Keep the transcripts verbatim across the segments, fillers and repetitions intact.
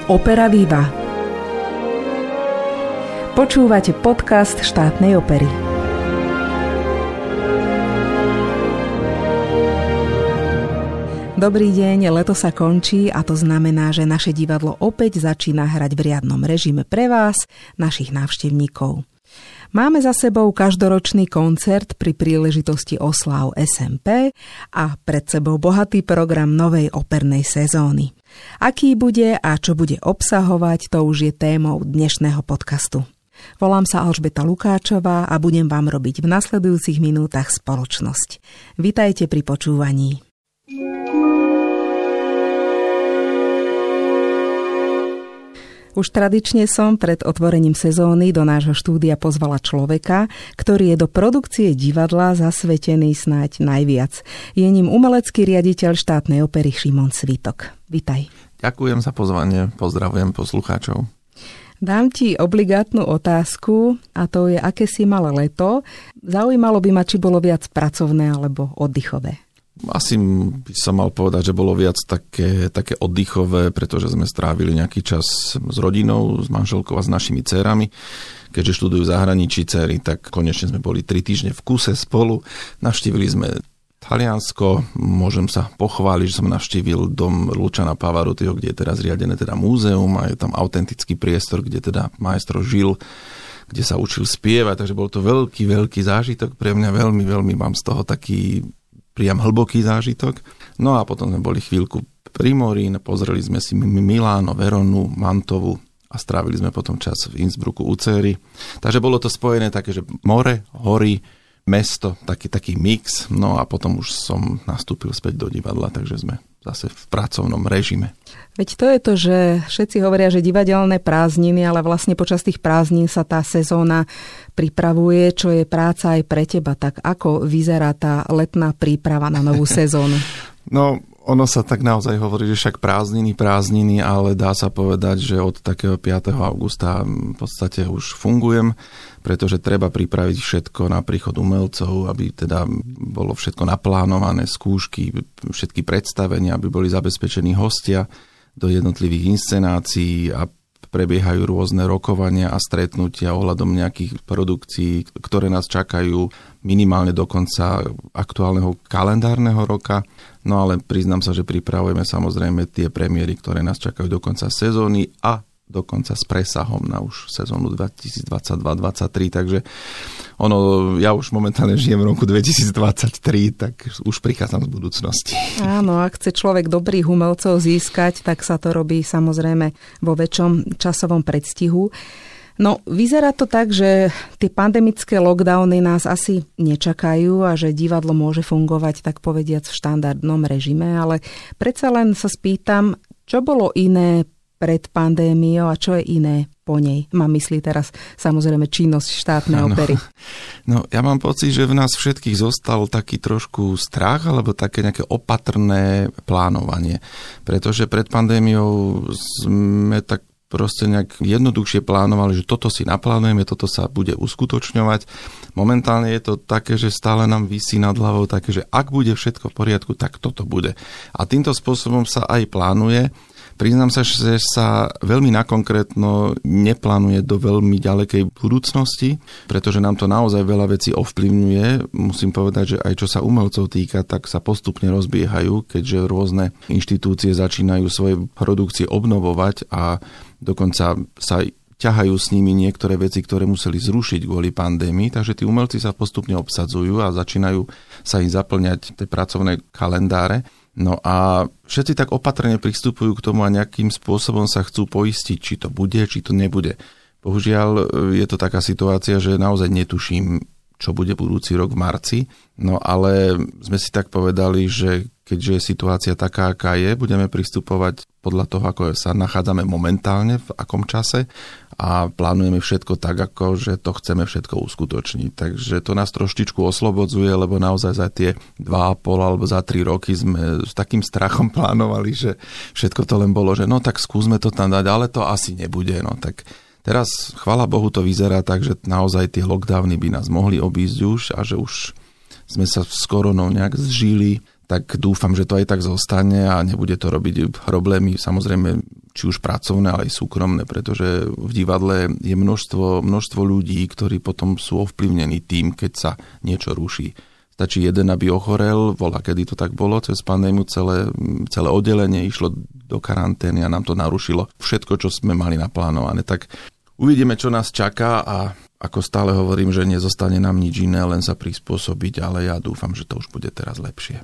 Opera Viva. Počúvate podcast Štátnej opery. Dobrý deň, leto sa končí a to znamená, že naše divadlo opäť začína hrať v riadnom režime pre vás, našich návštevníkov. Máme za sebou každoročný koncert pri príležitosti osláv es em pé a pred sebou bohatý program novej opernej sezóny. Aký bude a čo bude obsahovať, to už je témou dnešného podcastu. Volám sa Alžbeta Lukáčová a budem vám robiť v nasledujúcich minútach spoločnosť. Vitajte pri počúvaní. Už tradične som pred otvorením sezóny do nášho štúdia pozvala človeka, ktorý je do produkcie divadla zasvetený snáď najviac. Je ním umelecký riaditeľ Štátnej opery Šimon Svitok. Vitaj. Ďakujem za pozvanie, pozdravujem poslucháčov. Dám ti obligátnu otázku a to je, aké si mal leto. Zaujímalo by ma, či bolo viac pracovné alebo oddychové. Asi by som mal povedať, že bolo viac také, také oddychové, pretože sme strávili nejaký čas s rodinou, s manželkou a s našimi dcerami. Keďže študujú v zahraničí dcery, tak konečne sme boli tri týždne v kuse spolu. Navštívili sme Taliansko, môžem sa pochváliť, že som navštívil dom Luciana Pavarottiho, kde je teraz riadené teda múzeum a je tam autentický priestor, kde teda maestro žil, kde sa učil spievať, takže bol to veľký, veľký zážitok pre mňa, veľmi, veľmi mám z toho taký priam hlboký zážitok. No a potom sme boli chvíľku pri mori, pozreli sme si Miláno, Veronu, Mantovu a strávili sme potom čas v Innsbrucku u dcery. Takže bolo to spojené také, že more, hory, mesto, taký, taký mix. No a potom už som nastúpil späť do divadla, takže sme zase v pracovnom režime. Veď to je to, že všetci hovoria, že divadelné prázdniny, ale vlastne počas tých prázdnin sa tá sezóna pripravuje, čo je práca aj pre teba. Tak ako vyzerá tá letná príprava na novú sezónu? No, ono sa tak naozaj hovorí, že však prázdniny, prázdniny, ale dá sa povedať, že od takého piateho augusta v podstate už fungujem, pretože treba pripraviť všetko na príchod umelcov, aby teda bolo všetko naplánované, skúšky, všetky predstavenia, aby boli zabezpečení hostia do jednotlivých inscenácií a prebiehajú rôzne rokovania a stretnutia ohľadom nejakých produkcií, ktoré nás čakajú minimálne do konca aktuálneho kalendárneho roka. No ale priznám sa, že pripravujeme samozrejme tie premiéry, ktoré nás čakajú do konca sezóny a dokonca s presahom na už sezónu dvetisícdvadsaťdva dvadsaťtri, takže ono, ja už momentálne žijem v roku dvetisícdvadsaťtri, tak už prichádzam z budúcnosti. Áno, ak chce človek dobrých umelcov získať, tak sa to robí samozrejme vo väčšom časovom predstihu. No, vyzerá to tak, že tie pandemické lockdowny nás asi nečakajú a že divadlo môže fungovať, tak povediac, v štandardnom režime, ale predsa len sa spýtam, čo bolo iné pred pandémiou a čo je iné po nej? Mám mysli teraz samozrejme činnosť Štátnej opery. No, ja mám pocit, že v nás všetkých zostal taký trošku strach alebo také nejaké opatrné plánovanie. Pretože pred pandémiou sme tak proste nejak jednoduchšie plánovali, že toto si naplánujeme, toto sa bude uskutočňovať. Momentálne je to také, že stále nám visí nad hlavou také, že ak bude všetko v poriadku, tak toto bude. A týmto spôsobom sa aj plánuje. Priznám sa, že sa veľmi nakonkrétno neplánuje do veľmi ďalekej budúcnosti, pretože nám to naozaj veľa vecí ovplyvňuje. Musím povedať, že aj čo sa umelcov týka, tak sa postupne rozbiehajú, keďže rôzne inštitúcie začínajú svoje produkcie obnovovať a dokonca sa ťahajú s nimi niektoré veci, ktoré museli zrušiť kvôli pandémii, takže tí umelci sa postupne obsadzujú a začínajú sa im zaplňať tie pracovné kalendáre. No a všetci tak opatrne pristupujú k tomu a nejakým spôsobom sa chcú poistiť, či to bude, či to nebude. Bohužiaľ je to taká situácia, že naozaj netuším, čo bude budúci rok v marci. No ale sme si tak povedali, že keďže je situácia taká, aká je, budeme pristupovať podľa toho, ako sa nachádzame momentálne, v akom čase a plánujeme všetko tak, ako že to chceme všetko uskutočniť. Takže to nás troštičku oslobodzuje, lebo naozaj za tie dva a pol alebo za tri roky sme s takým strachom plánovali, že všetko to len bolo, že no tak skúsme to tam dať, ale to asi nebude. No tak teraz, chvála Bohu, to vyzerá tak, že naozaj tie lockdowny by nás mohli obísť už a že už sme sa s koronou nejak zžili, tak dúfam, že to aj tak zostane a nebude to robiť problémy samozrejme či už pracovné, ale aj súkromné, pretože v divadle je množstvo, množstvo ľudí, ktorí potom sú ovplyvnení tým, keď sa niečo ruší. Stačí jeden, aby ochorel, voľa kedy to tak bolo, cez pandémiu celé, celé oddelenie išlo do karantény a nám to narušilo všetko, čo sme mali naplánované. Tak uvidíme, čo nás čaká a ako stále hovorím, že nezostane nám nič iné, len sa prispôsobiť, ale ja dúfam, že to už bude teraz lepšie.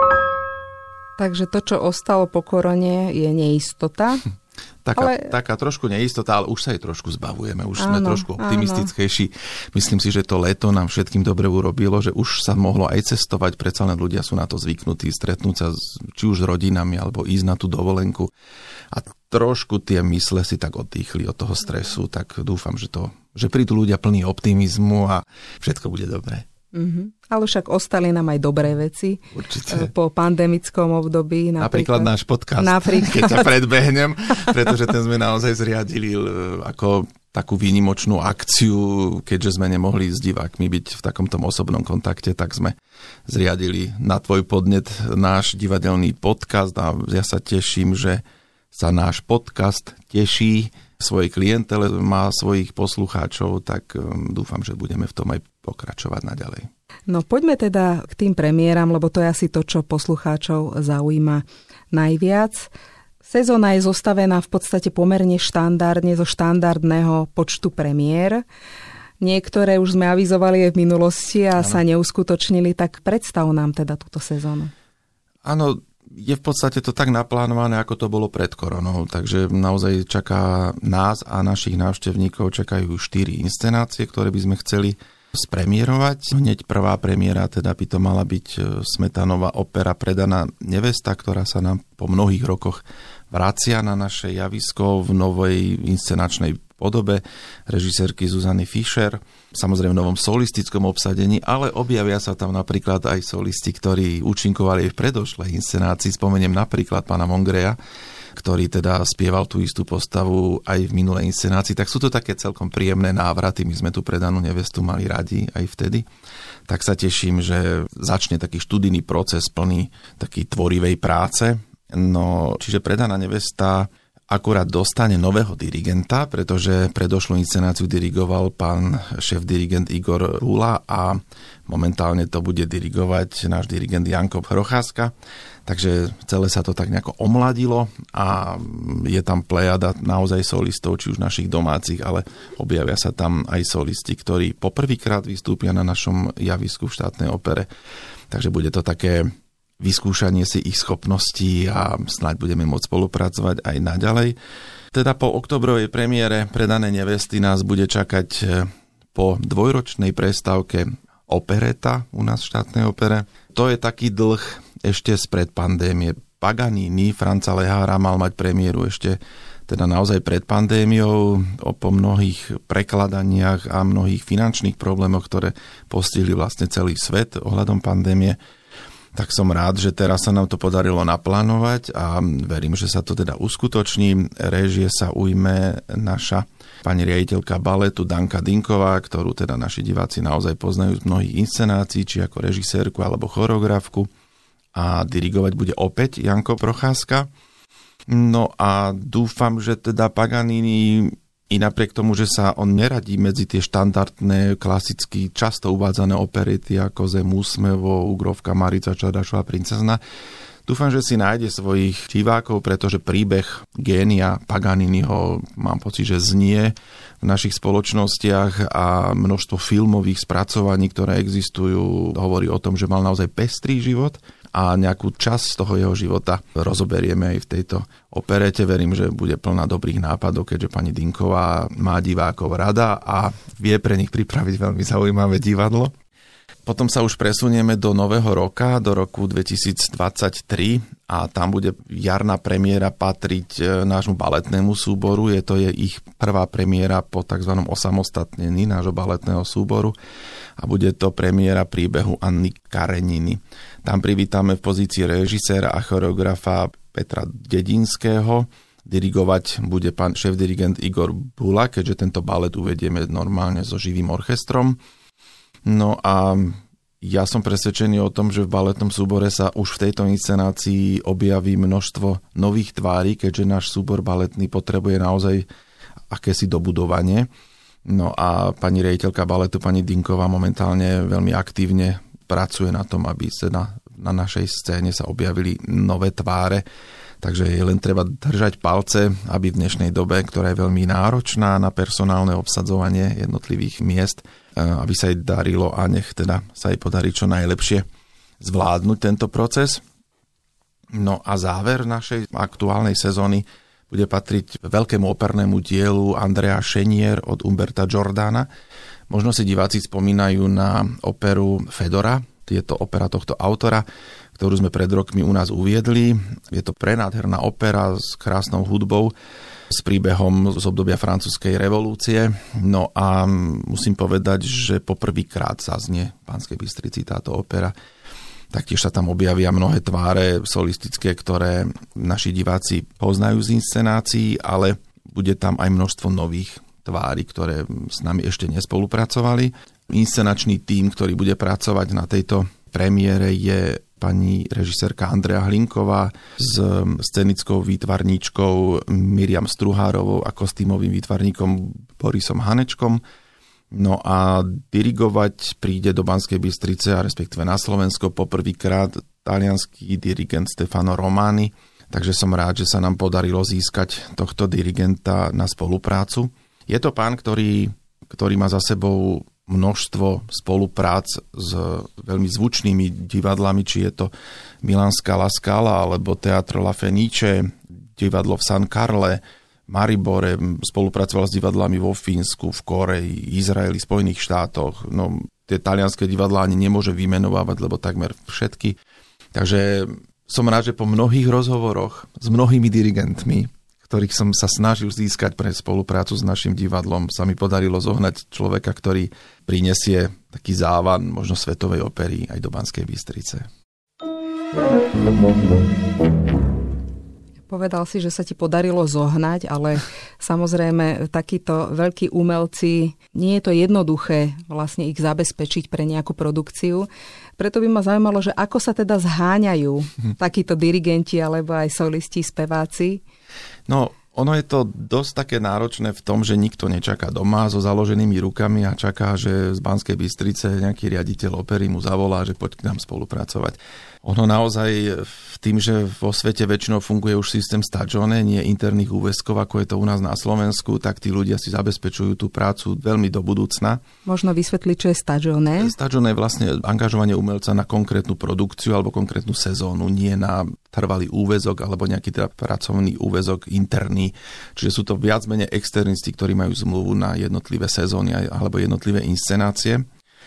Takže to, čo ostalo po korone, je neistota. Taká, ale... taká trošku neistota, ale už sa jej trošku zbavujeme, už áno, sme trošku optimistickejší. Áno. Myslím si, že to leto nám všetkým dobre urobilo, že už sa mohlo aj cestovať, predsa len ľudia sú na to zvyknutí, stretnúť sa s, či už s rodinami, alebo ísť na tú dovolenku. A trošku tie mysle si tak oddychli od toho stresu, tak dúfam, že, to, že prídu ľudia plní optimizmu a všetko bude dobré. Mm-hmm. Ale však ostali nám aj dobré veci. Určite. Po pandemickom období. Napríklad, napríklad náš podcast, napríklad. Keď ťa predbehnem, pretože ten sme naozaj zriadili ako takú výnimočnú akciu, keďže sme nemohli s divákmi byť v takomto osobnom kontakte, tak sme zriadili na tvoj podnet náš divadelný podcast a ja sa teším, že sa náš podcast teší svojej klientele, má svojich poslucháčov, tak dúfam, že budeme v tom aj pokračovať naďalej. No poďme teda k tým premiéram, lebo to je asi to, čo poslucháčov zaujíma najviac. Sezóna je zostavená v podstate pomerne štandardne zo štandardného počtu premiér. Niektoré už sme avizovali aj v minulosti a ano. sa neuskutočnili, tak predstav nám teda túto sezónu. Áno, je v podstate to tak naplánované, ako to bolo pred koronou, takže naozaj čaká nás a našich návštevníkov, čakajú štyri inscenácie, ktoré by sme chceli spremierovať. Hneď prvá premiéra teda by to mala byť Smetanová opera Predaná nevesta, ktorá sa nám po mnohých rokoch vracia na naše javisko v novej inscenačnej podobe režisérky Zuzany Fischer, samozrejme v novom solistickom obsadení, ale objavia sa tam napríklad aj solisti, ktorí účinkovali aj v predošlej inscenácii. Spomeniem napríklad pána Mongreja, ktorý teda spieval tú istú postavu aj v minulej inscenácii. Tak sú to také celkom príjemné návraty. My sme tú Predanú nevestu mali radi aj vtedy. Tak sa teším, že začne taký študijný proces plný taký tvorivej práce. No, čiže Predaná nevesta akurát dostane nového dirigenta, pretože predošlú inscenáciu dirigoval pán šéf-dirigent Igor Rúla a momentálne to bude dirigovať náš dirigent Janko Procházka. Takže celé sa to tak nejako omladilo a je tam plejada naozaj solistov, či už našich domácich, ale objavia sa tam aj solisti, ktorí poprvýkrát vystúpia na našom javisku v štátnej opere. Takže bude to také vyskúšanie si ich schopností a snáď budeme môcť spolupracovať aj naďalej. Teda po oktobrovej premiére Predané nevesty nás bude čakať po dvojročnej prestávke opereta u nás v štátnej opere. To je taký dlh ešte spred pandémie. Paganini Franza Lehára mal mať premiéru ešte teda naozaj pred pandémiou, po mnohých prekladaniach a mnohých finančných problémoch, ktoré postihli vlastne celý svet ohľadom pandémie. Tak som rád, že teraz sa nám to podarilo naplánovať a verím, že sa to teda uskutoční. Réžie sa ujme naša pani riaditeľka baletu Danka Dinková, ktorú teda naši diváci naozaj poznajú z mnohých inscenácií, či ako režisérku alebo choreografku. A dirigovať bude opäť Janko Procházka. No a dúfam, že teda Paganini i napriek tomu, že sa on neradí medzi tie štandardné, klasicky často uvádzané operety ako Zem úsmevo, Ugrovka, Marica Čardašová princezna, dúfam, že si nájde svojich divákov, pretože príbeh génia Paganiniho, mám pocit, že znie v našich spoločnostiach a množstvo filmových spracovaní, ktoré existujú, hovorí o tom, že mal naozaj pestrý život a nejakú časť z toho jeho života rozoberieme aj v tejto operete. Verím, že bude plná dobrých nápadov, keďže pani Dinková má divákov rada a vie pre nich pripraviť veľmi zaujímavé divadlo. Potom sa už presunieme do nového roka, do roku dvetisícdvadsaťtri a tam bude jarná premiéra patriť nášmu baletnému súboru. Je to je ich prvá premiéra po tzv. Osamostatnení nášho baletného súboru a bude to premiéra príbehu Anny Kareniny. Tam privítame v pozícii režiséra a choreografa Petra Dedinského. Dirigovať bude pán šéf-dirigent Igor Bula, keďže tento balet uvedieme normálne so živým orchestrom. No a ja som presvedčený o tom, že v baletnom súbore sa už v tejto inscenácii objaví množstvo nových tvári, keďže náš súbor baletný potrebuje naozaj akési dobudovanie. No a pani riaditeľka baletu, pani Dinková, momentálne veľmi aktívne pracuje na tom, aby sa na, na našej scéne sa objavili nové tváre. Takže je len treba držať palce, aby v dnešnej dobe, ktorá je veľmi náročná na personálne obsadzovanie jednotlivých miest, aby sa jej darilo a nech teda sa jej podarí čo najlepšie zvládnuť tento proces. No a záver našej aktuálnej sezóny bude patriť veľkému opernému dielu Andrea Chenier od Umberta Giordana. Možno si diváci spomínajú na operu Fedora, je to opera tohto autora, ktorú sme pred rokmi u nás uviedli. Je to prenádherná opera s krásnou hudbou, s príbehom z obdobia francúzskej revolúcie. No a musím povedať, že poprvýkrát zaznie v Banskej Bystrici táto opera. Taktiež sa tam objavia mnohé tváre solistické, ktoré naši diváci poznajú z inscenácií, ale bude tam aj množstvo nových tvári, ktoré s nami ešte nespolupracovali. Inscenačný tím, ktorý bude pracovať na tejto premiére, je pani režisérka Andrea Hlinková s scenickou výtvarníčkou Miriam Struhárovou a kostýmovým výtvarníkom Borisom Hanečkom. No a dirigovať príde do Banskej Bystrice, a respektíve na Slovensko poprvýkrát taliansky dirigent Stefano Romani. Takže som rád, že sa nám podarilo získať tohto dirigenta na spoluprácu. Je to pán, ktorý, ktorý má za sebou množstvo spoluprác s veľmi zvučnými divadlami, či je to Milánska La Scala alebo Teatro La Fenice, divadlo v San Carle, Maribore, spolupracoval s divadlami vo Fínsku, v Koreji, Izraeli, Spojených štátoch. No, tie talianské divadlá ani nemôže vymenovávať, lebo takmer všetky. Takže som rád, že po mnohých rozhovoroch s mnohými dirigentmi, ktorých som sa snažil získať pre spoluprácu s našim divadlom, sa mi podarilo zohnať človeka, ktorý prinesie taký závan možno svetovej opery aj do Banskej Bystrice. Povedal si, že sa ti podarilo zohnať, ale samozrejme takíto veľkí umelci, nie je to jednoduché vlastne ich zabezpečiť pre nejakú produkciu. Preto by ma zaujímalo, že ako sa teda zháňajú hm. takíto dirigenti alebo aj solisti, speváci. No, ono je to dosť také náročné v tom, že nikto nečaká doma so založenými rukami a čaká, že z Banskej Bystrice nejaký riaditeľ opery mu zavolá, že poď k nám spolupracovať. Ono naozaj v tým, že vo svete väčšinou funguje už systém stagione, nie interných úväzkov, ako je to u nás na Slovensku, tak tí ľudia si zabezpečujú tú prácu veľmi do budúcna. Možno vysvetliť, čo je stagione? Stagione je vlastne angažovanie umelca na konkrétnu produkciu alebo konkrétnu sezónu, nie na trvalý úväzok alebo nejaký teda pracovný úväzok interný. Čiže sú to viac menej externisti, ktorí majú zmluvu na jednotlivé sezóny alebo jednotlivé inscenácie.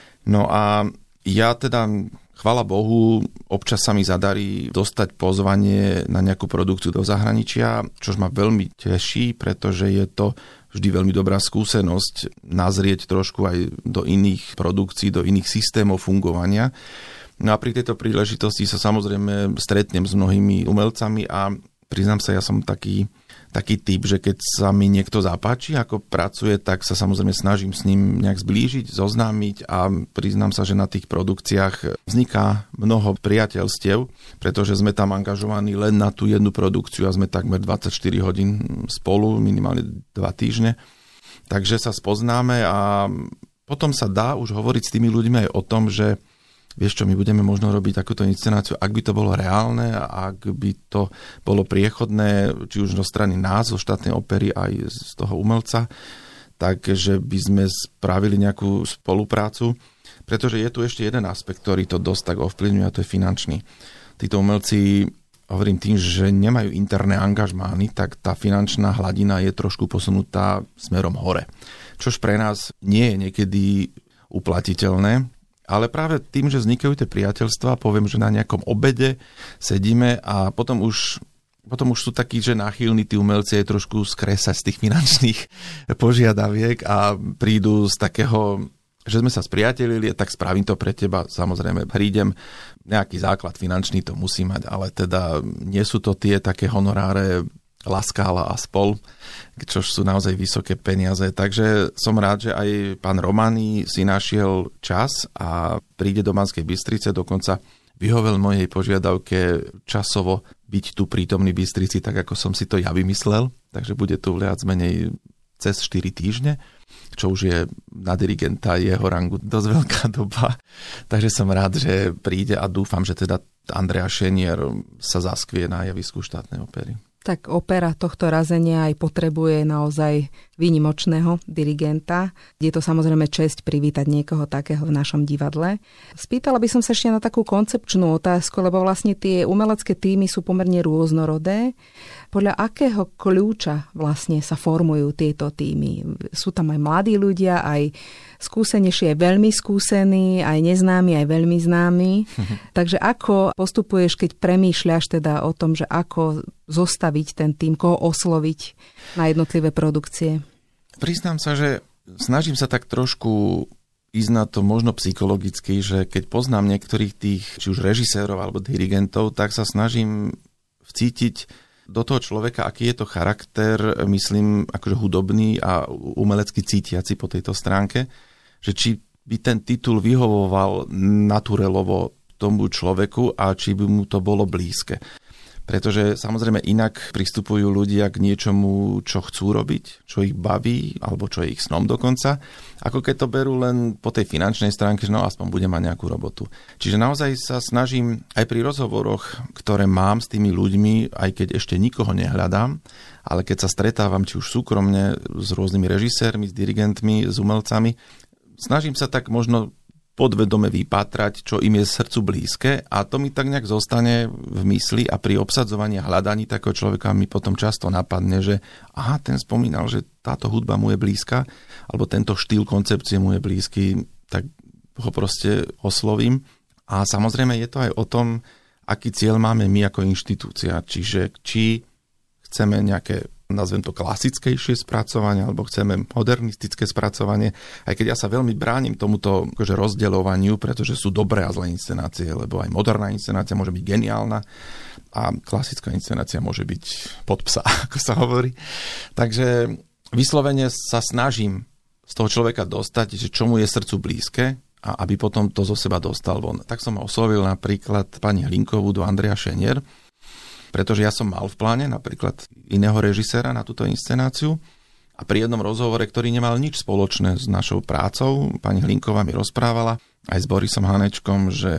No a ja teda, chvála Bohu, občas sa mi zadarí dostať pozvanie na nejakú produkciu do zahraničia, čož ma veľmi teší, pretože je to vždy veľmi dobrá skúsenosť nazrieť trošku aj do iných produkcií, do iných systémov fungovania. No a pri tejto príležitosti sa samozrejme stretnem s mnohými umelcami a priznám sa, ja som taký, taký typ, že keď sa mi niekto zapáči, ako pracuje, tak sa samozrejme snažím s ním nejak zblížiť, zoznámiť a priznám sa, že na tých produkciách vzniká mnoho priateľstiev, pretože sme tam angažovaní len na tú jednu produkciu a sme takmer dvadsaťštyri hodín spolu, minimálne dva týždne. Takže sa spoznáme a potom sa dá už hovoriť s tými ľuďmi aj o tom, že vieš čo, my budeme možno robiť takúto inscenáciu, ak by to bolo reálne a ak by to bolo priechodné, či už zo strany nás, zo štátnej opery, aj z toho umelca, takže by sme spravili nejakú spoluprácu, pretože je tu ešte jeden aspekt, ktorý to dosť tak ovplyvňuje, a to je finančný. Títo umelci, hovorím tým, že nemajú interné angažmány, tak tá finančná hladina je trošku posunutá smerom hore. Čož pre nás nie je niekedy uplatiteľné. Ale práve tým, že vznikajú tie priateľstvá, poviem, že na nejakom obede sedíme a potom už, potom už sú takí, že náchylní tí umelci aj trošku skresať z tých finančných požiadaviek a prídu z takého, že sme sa spriatelili, tak spravím to pre teba. Samozrejme, prídem, nejaký základ finančný to musí mať, ale teda nie sú to tie také honoráre La Scala a spol, čo sú naozaj vysoké peniaze. Takže som rád, že aj pán Romani si našiel čas a príde do Banskej Bystrice, dokonca vyhovel mojej požiadavke časovo byť tu prítomný v Bystrici, tak ako som si to ja vymyslel. Takže bude tu viac menej cez štyri týždne, čo už je na dirigenta jeho rangu dosť veľká doba. Takže som rád, že príde a dúfam, že teda Andrea Šenier sa zaskvie na javisku štátnej opery. Tak opera tohto razenia aj potrebuje naozaj výnimočného dirigenta. Je to samozrejme česť privítať niekoho takého v našom divadle. Spýtala by som sa ešte na takú koncepčnú otázku, lebo vlastne tie umelecké týmy sú pomerne rôznorodé. Podľa akého kľúča vlastne sa formujú tieto týmy? Sú tam aj mladí ľudia, aj skúsenejší, aj veľmi skúsení, aj neznámi, aj veľmi známi. Takže ako postupuješ, keď premýšľaš teda o tom, že ako zostaviť ten tým, koho osloviť na jednotlivé produkcie? Priznám sa, že snažím sa tak trošku ísť na to možno psychologicky, že keď poznám niektorých tých, či už režisérov alebo dirigentov, tak sa snažím vcítiť do toho človeka, aký je to charakter, myslím, akože hudobný a umelecky cítiaci po tejto stránke, že či by ten titul vyhovoval naturelovo tomu človeku a či by mu to bolo blízke. Pretože samozrejme inak pristupujú ľudia k niečomu, čo chcú robiť, čo ich baví, alebo čo je ich snom dokonca, ako keď to berú len po tej finančnej stránke, že no aspoň budem mať nejakú robotu. Čiže naozaj sa snažím aj pri rozhovoroch, ktoré mám s tými ľuďmi, aj keď ešte nikoho nehľadám, ale keď sa stretávam či už súkromne s rôznymi režisérmi, s dirigentmi, s umelcami, snažím sa tak možno podvedome vypátrať, čo im je srdcu blízke a to mi tak nejak zostane v mysli a pri obsadzovaní a hľadaní takého človeka mi potom často napadne, že aha, ten spomínal, že táto hudba mu je blízka alebo tento štýl koncepcie mu je blízky, tak ho proste oslovím. A samozrejme je to aj o tom, aký cieľ máme my ako inštitúcia, čiže či chceme nejaké, nazvem to klasickejšie spracovanie, alebo chceme modernistické spracovanie, aj keď ja sa veľmi bránim tomuto akože rozdeľovaniu, pretože sú dobré a zlé inscenácie, lebo aj moderná inscenácia môže byť geniálna a klasická inscenácia môže byť pod psa, ako sa hovorí. Takže vyslovene sa snažím z toho človeka dostať, že čo mu je srdcu blízke a aby potom to zo seba dostal von. Tak som oslovil napríklad pani Hlinkovú do Andrea Šenier, pretože ja som mal v pláne napríklad iného režiséra na túto inscenáciu a pri jednom rozhovore, ktorý nemal nič spoločné s našou prácou, pani Hlinková mi rozprávala aj s Borisom Hanečkom, že,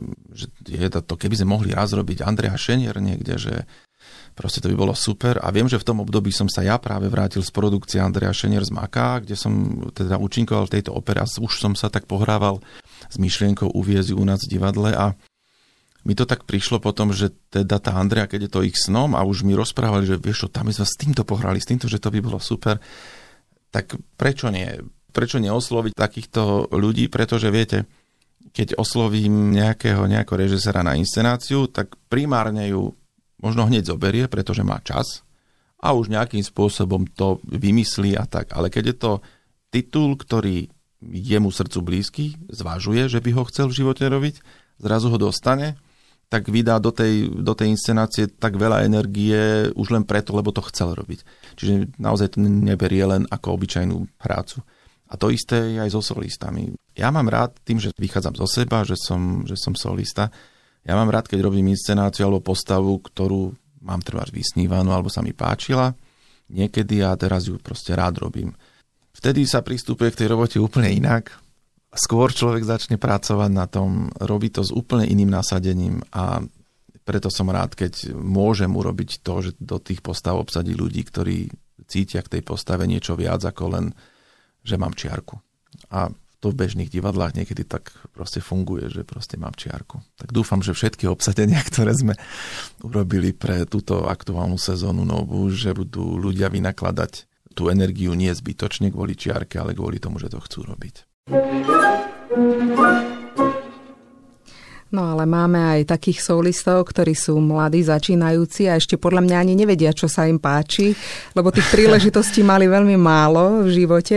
že je to, keby sme mohli raz robiť Andrea Šenier niekde, že proste to by bolo super. A viem, že v tom období som sa ja práve vrátil z produkcie Andrea Šenier z Maká, kde som teda účinkoval v tejto opere a už som sa tak pohrával s myšlienkou uviesť u nás v divadle a mi to tak prišlo potom, že teda tá Andrea, keď je to ich snom a už mi rozprávali, že vieš čo, tam my sme s týmto pohrali, s týmto, že to by bolo super, tak prečo nie? Prečo neosloviť takýchto ľudí? Pretože viete, keď oslovím nejakého, nejakého režisera na inscenáciu, tak primárne ju možno hneď zoberie, pretože má čas a už nejakým spôsobom to vymyslí a tak. Ale keď je to titul, ktorý je mu srdcu blízky, zvažuje, že by ho chcel v živote robiť, zrazu ho dostane, tak vydá do tej, do tej inscenácie tak veľa energie už len preto, lebo to chcel robiť. Čiže naozaj to neberie len ako obyčajnú prácu. A to isté je aj so solistami. Ja mám rád tým, že vychádzam zo seba, že som, že som solista. Ja mám rád, keď robím inscenáciu alebo postavu, ktorú mám trebárs vysnívanú alebo sa mi páčila niekedy a teraz ju proste rád robím. Vtedy sa pristupuje k tej robote úplne inak. Skôr človek začne pracovať na tom, robí to s úplne iným nasadením a preto som rád, keď môžem urobiť to, že do tých postav obsadí ľudí, ktorí cítia k tej postave niečo viac ako len, že mám čiarku. A to v bežných divadlách niekedy tak proste funguje, že proste mám čiarku. Tak dúfam, že všetky obsadenia, ktoré sme urobili pre túto aktuálnu sezónu novú, že budú ľudia vynakladať tú energiu nie zbytočne kvôli čiarke, ale kvôli tomu, že to chcú robiť. No ale máme aj takých solistov, ktorí sú mladí, začínajúci a ešte podľa mňa ani nevedia, čo sa im páči, lebo tých príležitostí mali veľmi málo v živote.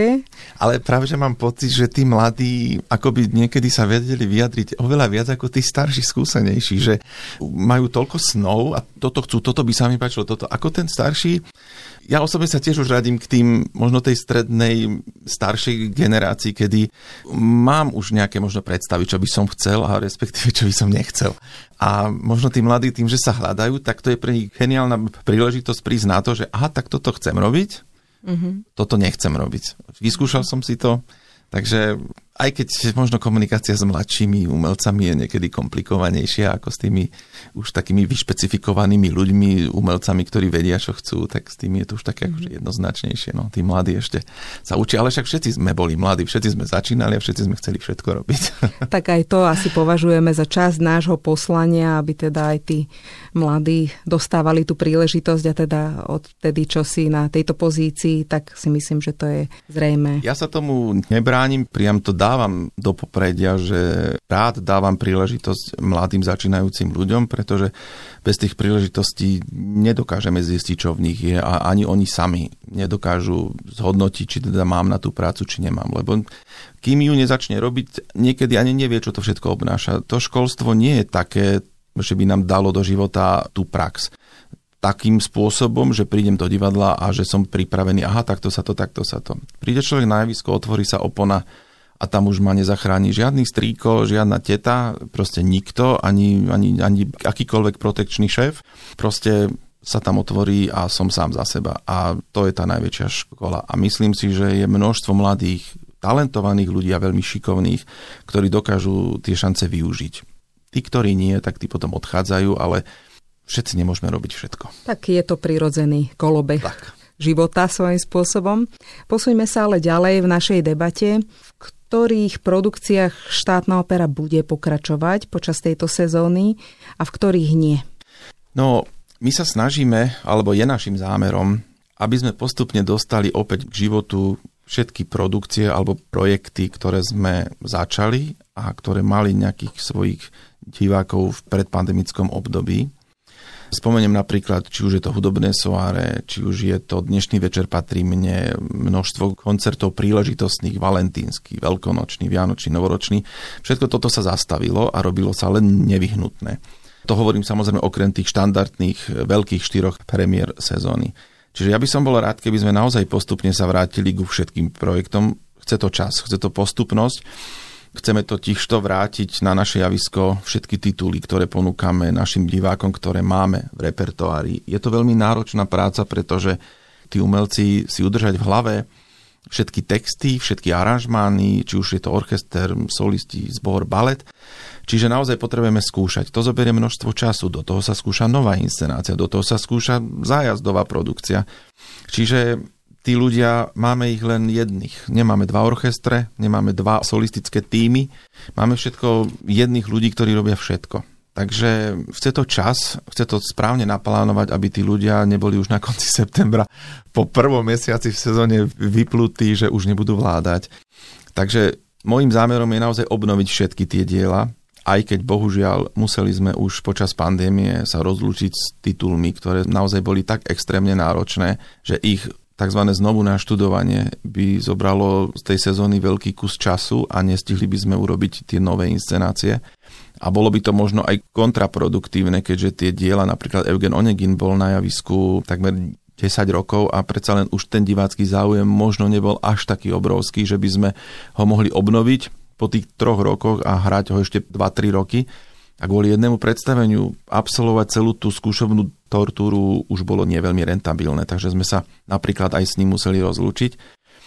Ale práve, že mám pocit, že tí mladí akoby niekedy sa vedeli vyjadriť oveľa viac ako tí starší, skúsenejší, že majú toľko snov a toto chcú, toto by sa mi páčilo, toto. Ako ten starší, ja osobne sa tiež už radím k tým možno tej strednej, staršej generácii, kedy mám už nejaké možno predstavy, čo by som chcel a respektíve čo by som nechcel. A možno tí mladí tým, že sa hľadajú, tak to je pre nich geniálna príležitosť prísť na to, že aha, tak toto chcem robiť, mm-hmm. toto nechcem robiť. Vyskúšal som si to, takže aj keď možno komunikácia s mladšími umelcami je niekedy komplikovanejšia ako s tými už takými vyšpecifikovanými ľuďmi, umelcami, ktorí vedia, čo chcú, tak s tými je to už také akože jednoznačnejšie. No, tí mladí ešte sa učia, ale však všetci sme boli mladí, všetci sme začínali a všetci sme chceli všetko robiť. Tak aj to asi považujeme za časť nášho poslania, aby teda aj tí mladí dostávali tú príležitosť a teda odtedy, čo si na tejto pozícii, tak si myslím, že to je zrejmé. Ja sa tomu nebránim, priam to dávam do popredia, že rád dávam príležitosť mladým začínajúcim ľuďom, pretože bez tých príležitostí nedokážeme zistiť, čo v nich je a ani oni sami nedokážu zhodnotiť, či teda mám na tú prácu, či nemám. Lebo kým ju nezačne robiť, niekedy ani nevie, čo to všetko obnáša. To školstvo nie je také, že by nám dalo do života tú prax. Takým spôsobom, že prídem do divadla a že som pripravený, aha, takto sa to, takto sa to. Príde človek na javisko, otvorí sa opona a tam už ma nezachráni žiadny strýko, žiadna teta, proste nikto, ani, ani, ani akýkoľvek protekčný šéf. Proste sa tam otvorí a som sám za seba. A to je tá najväčšia škola. A myslím si, že je množstvo mladých, talentovaných ľudí a veľmi šikovných, ktorí dokážu tie šance využiť. Tí, ktorí nie, tak tí potom odchádzajú, ale všetci nemôžeme robiť všetko. Tak je to prirodzený kolobeh tak. života svojím spôsobom. Posuňme sa ale ďalej v našej debate, v ktorých produkciách štátna opera bude pokračovať počas tejto sezóny a v ktorých nie? No, my sa snažíme, alebo je našim zámerom, aby sme postupne dostali opäť k životu všetky produkcie alebo projekty, ktoré sme začali a ktoré mali nejakých svojich divákov v predpandemickom období. Spomeniem napríklad, či už je to hudobné soáre, či už je to Dnešný večer patrí mne, množstvo koncertov príležitostných, valentínskych, veľkonočný, vianočný, novoročný. Všetko toto sa zastavilo a robilo sa len nevyhnutné. To hovorím samozrejme okrem tých štandardných veľkých štyroch premiér sezóny. Čiže ja by som bol rád, keby sme naozaj postupne sa vrátili ku všetkým projektom. Chce to čas, chce to postupnosť. Chceme totižto vrátiť na naše javisko všetky tituly, ktoré ponúkame našim divákom, ktoré máme v repertoári. Je to veľmi náročná práca, pretože tí umelci si udržať v hlave všetky texty, všetky aranžmány, či už je to orchester, solisti, zbor, balet. Čiže naozaj potrebujeme skúšať. To zoberie množstvo času, do toho sa skúša nová inscenácia, do toho sa skúša zájazdová produkcia. Čiže tí ľudia, máme ich len jedných. Nemáme dva orchestre, nemáme dva solistické tímy, máme všetko jedných ľudí, ktorí robia všetko. Takže chce to čas, chce to správne naplánovať, aby tí ľudia neboli už na konci septembra po prvom mesiaci v sezóne vyplutí, že už nebudú vládať. Takže môjim zámerom je naozaj obnoviť všetky tie diela, aj keď bohužiaľ museli sme už počas pandémie sa rozlúčiť s titulmi, ktoré naozaj boli tak extrémne náročné, že ich takzvané znovu naštudovanie by zobralo z tej sezóny veľký kus času a nestihli by sme urobiť tie nové inscenácie. A bolo by to možno aj kontraproduktívne, keďže tie diela, napríklad Eugen Onegin bol na javisku takmer desať rokov a predsa len už ten divácky záujem možno nebol až taký obrovský, že by sme ho mohli obnoviť po tých troch rokoch a hrať ho ešte dva tri roky. A kvôli jednému predstaveniu absolvovať celú tú skúšobnú tortúru už bolo nie veľmi rentabilné, takže sme sa napríklad aj s ním museli rozlúčiť.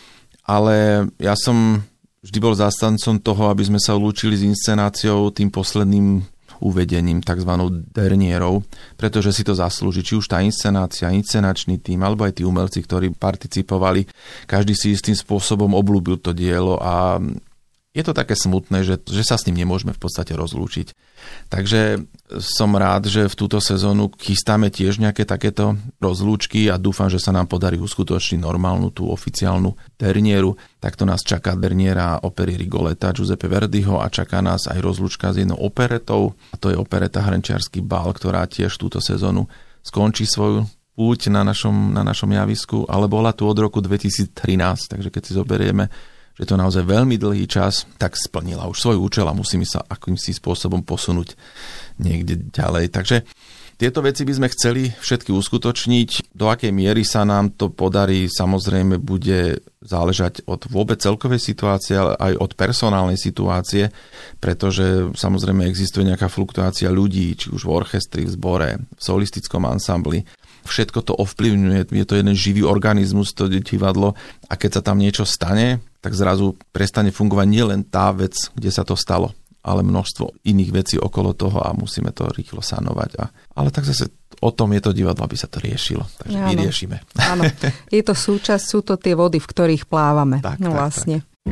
Ale ja som vždy bol zástancom toho, aby sme sa lúčili s inscenáciou tým posledným uvedením, takzvanou derniérou, pretože si to zaslúži. Či už tá inscenácia, inscenačný tím, alebo aj tí umelci, ktorí participovali, každý si istým spôsobom obľúbil to dielo a je to také smutné, že, že sa s ním nemôžeme v podstate rozlúčiť. Takže som rád, že v túto sezónu chystáme tiež nejaké takéto rozlúčky a dúfam, že sa nám podarí uskutočniť normálnu tú oficiálnu derniéru. Takto nás čaká derniéra opery Rigoleta Giuseppe Verdiho a čaká nás aj rozlúčka s jednou operetou, a to je opereta Hrnčiarsky bál, ktorá tiež túto sezónu skončí svoju púť na našom, na našom javisku, ale bola tu od roku dvetisíctrinásť, takže keď si zoberieme, že to je naozaj veľmi dlhý čas, tak splnila už svoj účel a musíme sa akýmsi spôsobom posunúť niekde ďalej. Takže tieto veci by sme chceli všetky uskutočniť. Do akej miery sa nám to podarí, samozrejme bude záležať od vôbec celkovej situácie, ale aj od personálnej situácie, pretože samozrejme existuje nejaká fluktuácia ľudí, či už v orchestri, v zbore, v solistickom ansambli. Všetko to ovplyvňuje, je to jeden živý organizmus, to divadlo, a keď sa tam niečo stane, tak zrazu prestane fungovať nielen tá vec, kde sa to stalo, ale množstvo iných vecí okolo toho a musíme to rýchlo sanovať. A, ale tak zase o tom je to divadlo, aby sa to riešilo. Takže áno, vyriešime. Áno, je to súčasť, sú to tie vody, v ktorých plávame. Tak, no tak, vlastne. Tak.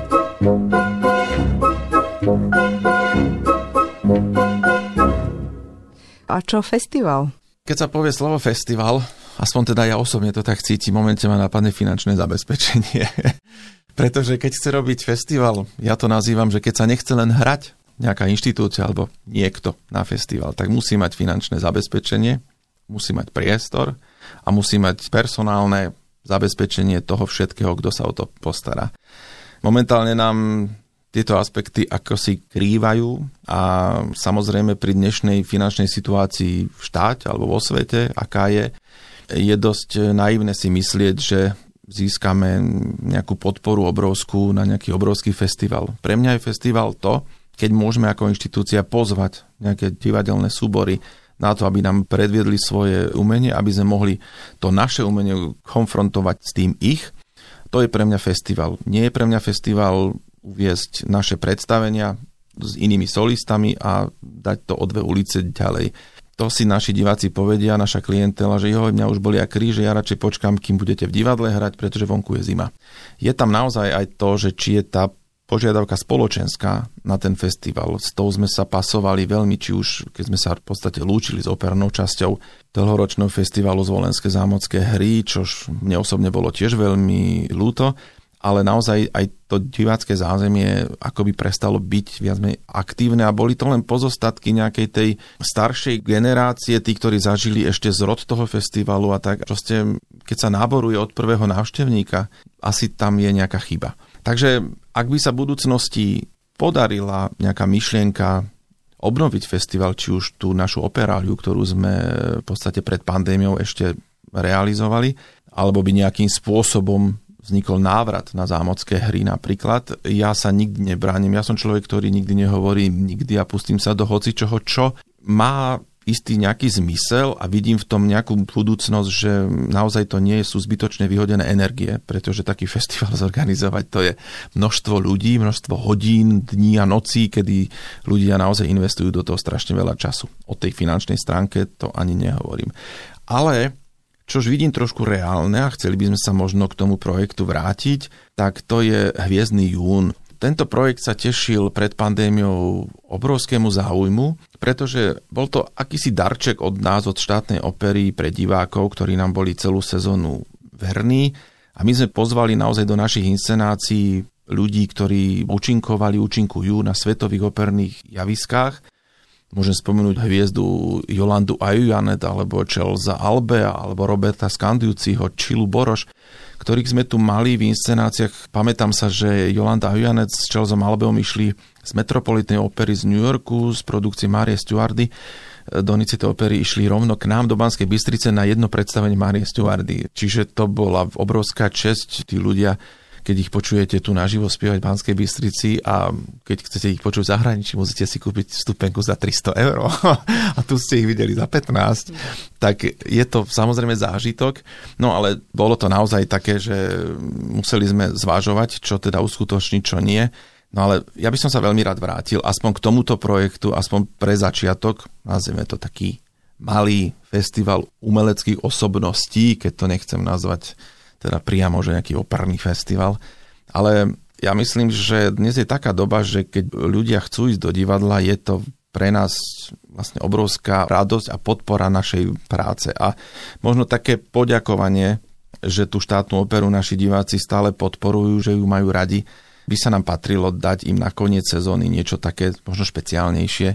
A čo festival? Keď sa povie slovo festival, aspoň teda ja osobne to tak cítim, v momente ma napadne finančné zabezpečenie. Pretože keď chce robiť festival, ja to nazývam, že keď sa nechce len hrať nejaká inštitúcia alebo niekto na festival, tak musí mať finančné zabezpečenie, musí mať priestor a musí mať personálne zabezpečenie toho všetkého, kto sa o to postará. Momentálne nám tieto aspekty ako si krývajú a samozrejme pri dnešnej finančnej situácii v štáte alebo vo svete, aká je, je dosť naivné si myslieť, že získame nejakú podporu obrovskú na nejaký obrovský festival. Pre mňa je festival to, keď môžeme ako inštitúcia pozvať nejaké divadelné súbory na to, aby nám predviedli svoje umenie, aby sme mohli to naše umenie konfrontovať s tým ich. To je pre mňa festival. Nie je pre mňa festival uviesť naše predstavenia s inými solistami a dať to o dve ulice ďalej. To si naši diváci povedia, naša klientela, že jo, mňa už bolia kríže, ja radšej počkám, kým budete v divadle hrať, pretože vonku je zima. Je tam naozaj aj to, že či je tá požiadavka spoločenská na ten festival. S tou sme sa pasovali veľmi, či už keď sme sa v podstate lúčili s opernou časťou dlhoročného festivalu Zvolenské zámocké hry, čož mne osobne bolo tiež veľmi ľúto, ale naozaj aj to divácké zázemie akoby prestalo byť viac menej aktívne a boli to len pozostatky nejakej tej staršej generácie, tí, ktorí zažili ešte zrod toho festivalu a tak. Proste, keď sa náboruje od prvého návštevníka, asi tam je nejaká chyba. Takže ak by sa v budúcnosti podarila nejaká myšlienka obnoviť festival, či už tú našu operáliu, ktorú sme v podstate pred pandémiou ešte realizovali, alebo by nejakým spôsobom vznikol návrat na zámocké hry napríklad. Ja sa nikdy nebránim. Ja som človek, ktorý nikdy nehovorí nikdy a pustím sa do hocičoho, čo má istý nejaký zmysel a vidím v tom nejakú budúcnosť, že naozaj to nie sú zbytočne vyhodené energie, pretože taký festival zorganizovať to je množstvo ľudí, množstvo hodín, dní a nocí, kedy ľudia naozaj investujú do toho strašne veľa času. O tej finančnej stránke to ani nehovorím. Ale čož vidím trošku reálne a chceli by sme sa možno k tomu projektu vrátiť, tak to je Hviezdny jún. Tento projekt sa tešil pred pandémiou obrovskému záujmu, pretože bol to akýsi darček od nás, od štátnej opery pre divákov, ktorí nám boli celú sezónu verní. A my sme pozvali naozaj do našich inscenácií ľudí, ktorí účinkovali, účinkujú na svetových operných javiskách. Môžem spomenúť hviezdu Jolandu Ajujanet, alebo Charlesa Albea, alebo Roberta Scandiuciho, Čilu Boroš, ktorých sme tu mali v inscenáciách. Pamätám sa, že Jolanda Ajujanet s Charlesom Albeom išli z Metropolitnej opery z New Yorku, z produkcie Márie Stuardy. Donici tej opery išli rovno k nám do Banskej Bystrice na jedno predstavenie Márie Stuardy. Čiže to bola obrovská česť, tí ľudia, keď ich počujete tu naživo spievať v Banskej Bystrici a keď chcete ich počuť v zahraničí, musíte si kúpiť vstupenku za tristo eur a tu ste ich videli za pätnásť. Tak je to samozrejme zážitok, no ale bolo to naozaj také, že museli sme zvažovať, čo teda uskutočniť, čo nie. No ale ja by som sa veľmi rád vrátil aspoň k tomuto projektu, aspoň pre začiatok, nazveme to taký malý festival umeleckých osobností, keď to nechcem nazvať teda priamo, že nejaký operný festival. Ale ja myslím, že dnes je taká doba, že keď ľudia chcú ísť do divadla, je to pre nás vlastne obrovská radosť a podpora našej práce. A možno také poďakovanie, že tú štátnu operu naši diváci stále podporujú, že ju majú radi, by sa nám patrilo dať im na koniec sezóny niečo také možno špeciálnejšie.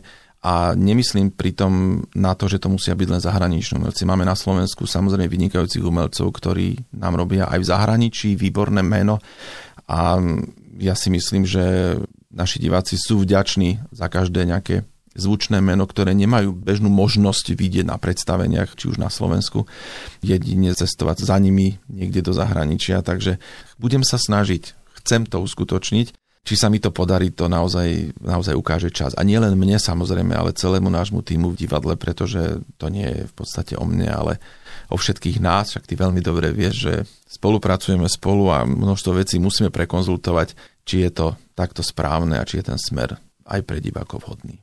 A nemyslím pritom na to, že to musia byť len zahraniční umelci. Máme na Slovensku samozrejme vynikajúcich umelcov, ktorí nám robia aj v zahraničí výborné meno. A ja si myslím, že naši diváci sú vďační za každé nejaké zvučné meno, ktoré nemajú bežnú možnosť vidieť na predstaveniach, či už na Slovensku, jedine cestovať za nimi niekde do zahraničia. Takže budem sa snažiť, chcem to uskutočniť. Či sa mi to podarí, to naozaj, naozaj ukáže čas. A nie len mne samozrejme, ale celému nášmu týmu v divadle, pretože to nie je v podstate o mne, ale o všetkých nás. Však ty veľmi dobre vieš, že spolupracujeme spolu a množstvo vecí musíme prekonzultovať, či je to takto správne a či je ten smer aj pre divákov vhodný.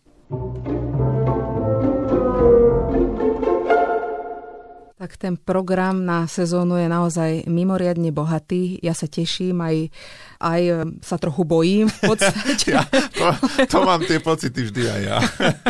Tak ten program na sezónu je naozaj mimoriadne bohatý. Ja sa teším, aj, aj sa trochu bojím v podstate. Ja, to, to mám tie pocity vždy aj ja.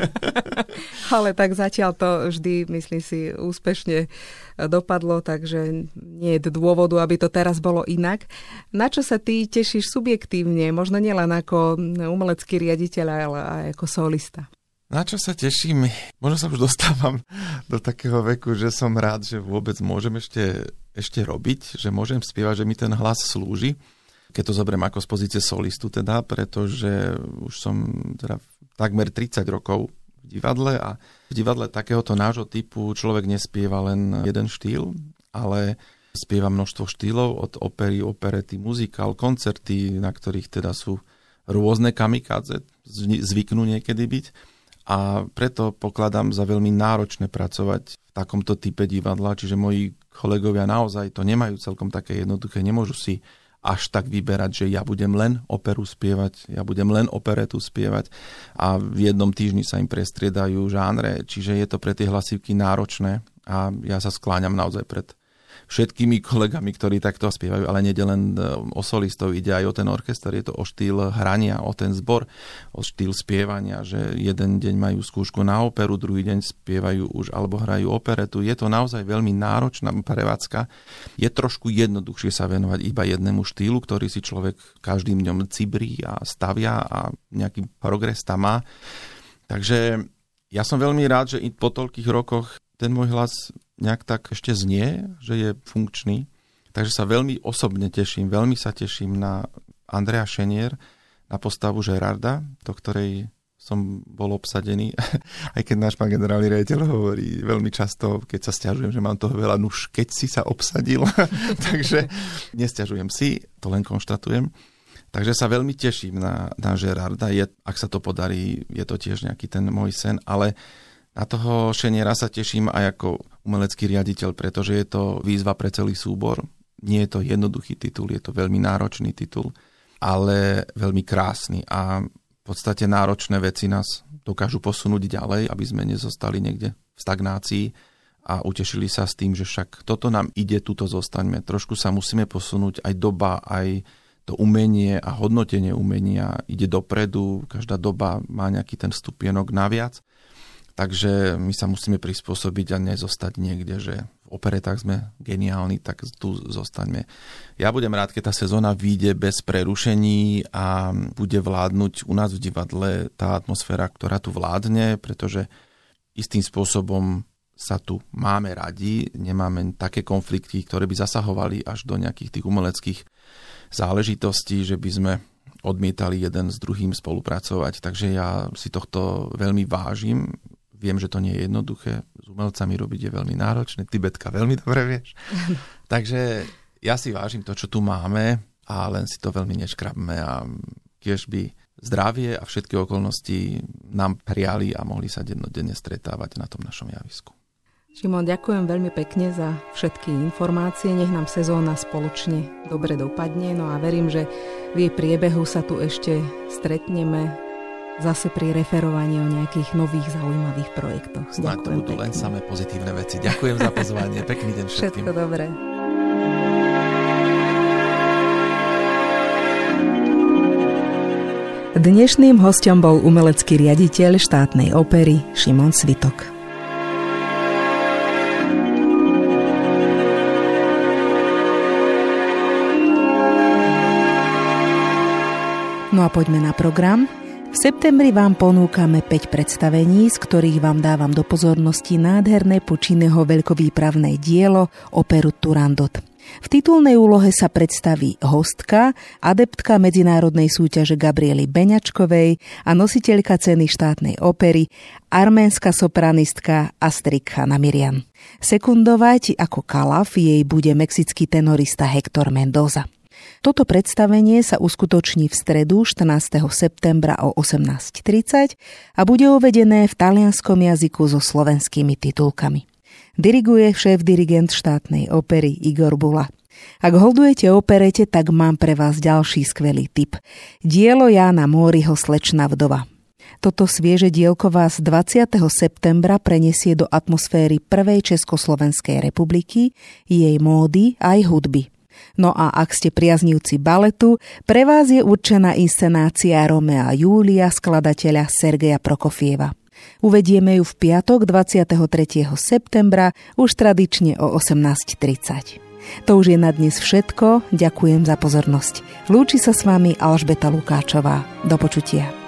Ale tak zatiaľ to vždy, myslím si, úspešne dopadlo, takže nie je dôvodu, aby to teraz bolo inak. Na čo sa ty tešíš subjektívne? Možno nielen ako umelecký riaditeľ, ale aj ako solista. Na čo sa teším? Možno sa už dostávam do takého veku, že som rád, že vôbec môžem ešte, ešte robiť, že môžem spievať, že mi ten hlas slúži. Keď to zoberiem ako z pozície solistu teda, pretože už som teda takmer tridsať rokov v divadle a v divadle takéhoto nášho typu človek nespieva len jeden štýl, ale spieva množstvo štýlov od opery, operety, muzikál, koncerty, na ktorých teda sú rôzne kamikadze, zvyknú niekedy byť. A preto pokladám za veľmi náročné pracovať v takomto type divadla, čiže moji kolegovia naozaj to nemajú celkom také jednoduché, nemôžu si až tak vyberať, že ja budem len operu spievať, ja budem len operetu spievať a v jednom týždni sa im prestriedajú žánre, čiže je to pre tie hlasivky náročné a ja sa skláňam naozaj pred všetkými kolegami, ktorí takto spievajú, ale nie len o solistov, ide aj o ten orchester, je to o štýl hrania, o ten zbor, o štýl spievania, že jeden deň majú skúšku na operu, druhý deň spievajú už alebo hrajú operetu. Je to naozaj veľmi náročná prevádzka. Je trošku jednoduchšie sa venovať iba jednému štýlu, ktorý si človek každým dňom cibrí a stavia a nejaký progres tam má. Takže ja som veľmi rád, že i po toľkých rokoch ten môj hlas nejak tak ešte znie, že je funkčný. Takže sa veľmi osobne teším, veľmi sa teším na Andrea Šenier, na postavu Gerarda, do ktorej som bol obsadený. Aj keď náš pán generálny riaditeľ hovorí veľmi často, keď sa sťažujem, že mám toho veľa, nuž keď si sa obsadil. Takže nesťažujem si, to len konštatujem. Takže sa veľmi teším na, na Gerarda. Je, ak sa to podarí, je to tiež nejaký ten môj sen, ale na toho Šeniera sa teším aj ako umelecký riaditeľ, pretože je to výzva pre celý súbor. Nie je to jednoduchý titul, je to veľmi náročný titul, ale veľmi krásny a v podstate náročné veci nás dokážu posunúť ďalej, aby sme nezostali niekde v stagnácii a utešili sa s tým, že však toto nám ide, tuto zostaňme. Trošku sa musíme posunúť, aj doba, aj to umenie a hodnotenie umenia ide dopredu, každá doba má nejaký ten stupienok naviac. Takže my sa musíme prispôsobiť a nezostať niekde, že v operetách sme geniálni, tak tu zostaňme. Ja budem rád, keď tá sezóna vyjde bez prerušení a bude vládnuť u nás v divadle tá atmosféra, ktorá tu vládne, pretože istým spôsobom sa tu máme radi, nemáme také konflikty, ktoré by zasahovali až do nejakých tých umeleckých záležitostí, že by sme odmietali jeden s druhým spolupracovať. Takže ja si tohto veľmi vážim. Viem, že to nie je jednoduché. S umelcami robiť je veľmi náročné. Ty, Betka, veľmi dobre vieš. Takže ja si vážim to, čo tu máme a len si to veľmi neškrabme a tiež by zdravie a všetky okolnosti nám priali a mohli sa dennodenne stretávať na tom našom javisku. Šimon, ďakujem veľmi pekne za všetky informácie. Nech nám sezóna spoločne dobre dopadne. No a verím, že v jej priebehu sa tu ešte stretneme zase pri referovaní o nejakých nových zaujímavých projektoch. Snáď to budú len samé pozitívne veci. Ďakujem za pozvanie. Pekný deň všetkým. Všetko dobré. Dnešným hosťom bol umelecký riaditeľ štátnej opery Šimon Svitok. No a poďme na program. V septembri vám ponúkame päť predstavení, z ktorých vám dávam do pozornosti nádherné Pucciniho veľkovýpravné dielo, operu Turandot. V titulnej úlohe sa predstaví hostka, adeptka medzinárodnej súťaže Gabriely Beňačkovej a nositeľka ceny štátnej opery, arménska sopranistka Astrid Chanamirian. Sekundovať ako kalaf jej bude mexický tenorista Hector Mendoza. Toto predstavenie sa uskutoční v stredu štrnásteho septembra o osemnásť tridsať a bude uvedené v talianskom jazyku so slovenskými titulkami. Diriguje šéf-dirigent štátnej opery Igor Bula. Ak holdujete operete, tak mám pre vás ďalší skvelý tip. Dielo Jána Móriho Slečna vdova. Toto svieže dielko vás dvadsiateho septembra prenesie do atmosféry prvej Československej republiky, jej módy aj hudby. No a ak ste priaznivci baletu, pre vás je určená inscenácia Romea a Júlia skladateľa Sergeja Prokofieva. Uvedieme ju v piatok dvadsiateho tretieho septembra už tradične o osemnásť tridsať. To už je na dnes všetko, ďakujem za pozornosť. Lúči sa s vami Alžbeta Lukáčová. Do počutia.